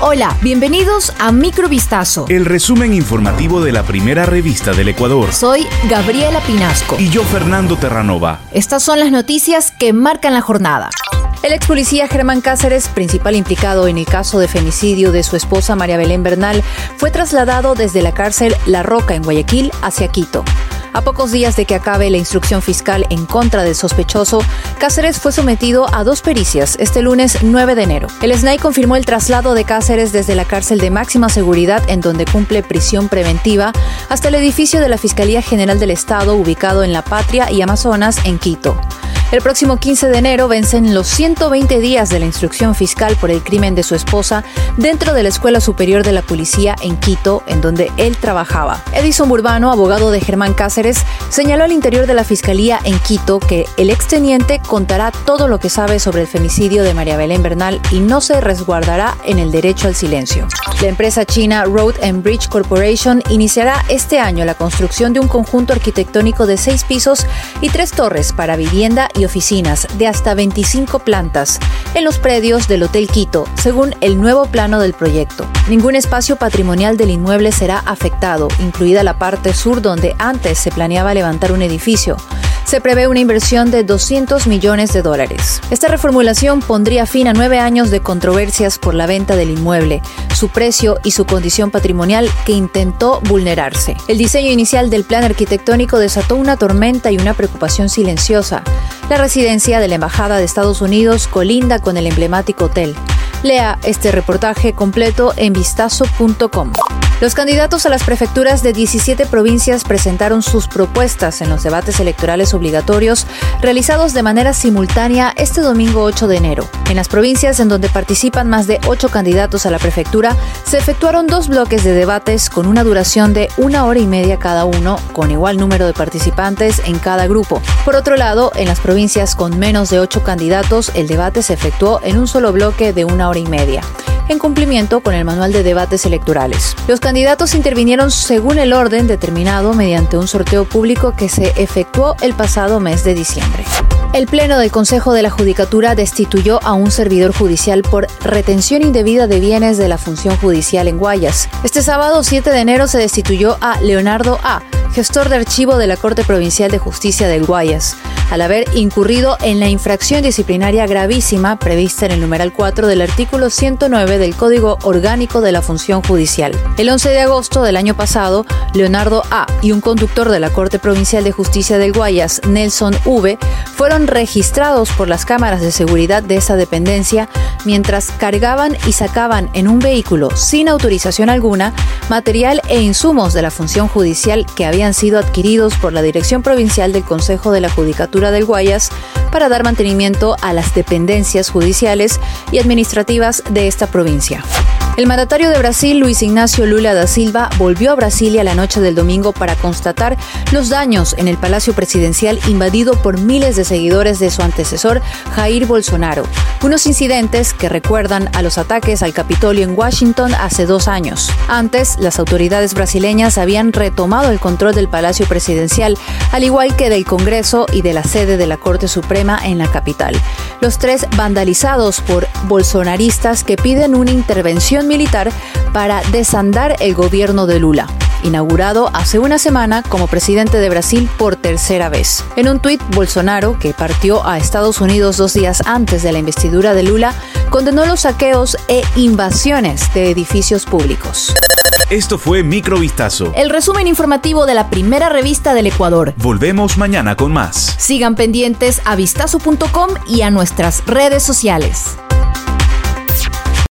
Hola, bienvenidos a Microvistazo, el resumen informativo de la primera revista del Ecuador. Soy Gabriela Pinasco. Y yo, Fernando Terranova. Estas son las noticias que marcan la jornada. El ex policía Germán Cáceres, principal implicado en el caso de femicidio de su esposa María Belén Bernal, fue trasladado desde la cárcel La Roca en Guayaquil hacia Quito. A pocos días de que acabe la instrucción fiscal en contra del sospechoso, Cáceres fue sometido a 2 pericias este lunes 9 de enero. El SNAI confirmó el traslado de Cáceres desde la cárcel de máxima seguridad, en donde cumple prisión preventiva, hasta el edificio de la Fiscalía General del Estado, ubicado en La Patria y Amazonas, en Quito. El próximo 15 de enero vencen los 120 días de la instrucción fiscal por el crimen de su esposa dentro de la Escuela Superior de la Policía en Quito, en donde él trabajaba. Edison Burbano, abogado de Germán Cáceres, señaló al interior de la Fiscalía en Quito que el exteniente contará todo lo que sabe sobre el femicidio de María Belén Bernal y no se resguardará en el derecho al silencio. La empresa china Road and Bridge Corporation iniciará este año la construcción de un conjunto arquitectónico de 6 pisos y 3 torres para vivienda y oficinas de hasta 25 plantas en los predios del Hotel Quito, según el nuevo plano del proyecto. Ningún espacio patrimonial del inmueble será afectado, incluida la parte sur donde antes se planeaba levantar un edificio. Se prevé una inversión de $200 millones. Esta reformulación pondría fin a 9 años de controversias por la venta del inmueble, su precio y su condición patrimonial que intentó vulnerarse. El diseño inicial del plan arquitectónico desató una tormenta y una preocupación silenciosa. La residencia de la Embajada de Estados Unidos colinda con el emblemático hotel. Lea este reportaje completo en vistazo.com. Los candidatos a las prefecturas de 17 provincias presentaron sus propuestas en los debates electorales obligatorios realizados de manera simultánea este domingo 8 de enero. En las provincias en donde participan más de 8 candidatos a la prefectura, se efectuaron 2 bloques de debates con una duración de 1 hora y media cada uno, con igual número de participantes en cada grupo. Por otro lado, en las provincias con menos de 8 candidatos, el debate se efectuó en un solo bloque de 1 hora y media, en cumplimiento con el manual de debates electorales. Los candidatos intervinieron según el orden determinado mediante un sorteo público que se efectuó el pasado mes de diciembre. El Pleno del Consejo de la Judicatura destituyó a un servidor judicial por retención indebida de bienes de la función judicial en Guayas. Este sábado 7 de enero se destituyó a Leonardo A., gestor de archivo de la Corte Provincial de Justicia del Guayas, al haber incurrido en la infracción disciplinaria gravísima prevista en el numeral 4 del artículo 109 del Código Orgánico de la Función Judicial. El 11 de agosto del año pasado, Leonardo A. y un conductor de la Corte Provincial de Justicia del Guayas, Nelson V., fueron registrados por las cámaras de seguridad de esa dependencia mientras cargaban y sacaban en un vehículo sin autorización alguna material e insumos de la función judicial que habían sido adquiridos por la Dirección Provincial del Consejo de la Judicatura del Guayas para dar mantenimiento a las dependencias judiciales y administrativas de esta provincia. El mandatario de Brasil, Luis Ignacio Lula da Silva, volvió a Brasilia la noche del domingo para constatar los daños en el Palacio Presidencial invadido por miles de seguidores de su antecesor, Jair Bolsonaro. Unos incidentes que recuerdan a los ataques al Capitolio en Washington hace 2 años. Antes, las autoridades brasileñas habían retomado el control del Palacio Presidencial, al igual que del Congreso y de la sede de la Corte Suprema en la capital. Los 3 vandalizados por bolsonaristas que piden una intervención militar para desandar el gobierno de Lula, inaugurado hace una semana como presidente de Brasil por tercera vez. En un tuit, Bolsonaro, que partió a Estados Unidos 2 días antes de la investidura de Lula, condenó los saqueos e invasiones de edificios públicos. Esto fue Microvistazo, el resumen informativo de la primera revista del Ecuador. Volvemos mañana con más. Sigan pendientes a vistazo.com y a nuestras redes sociales.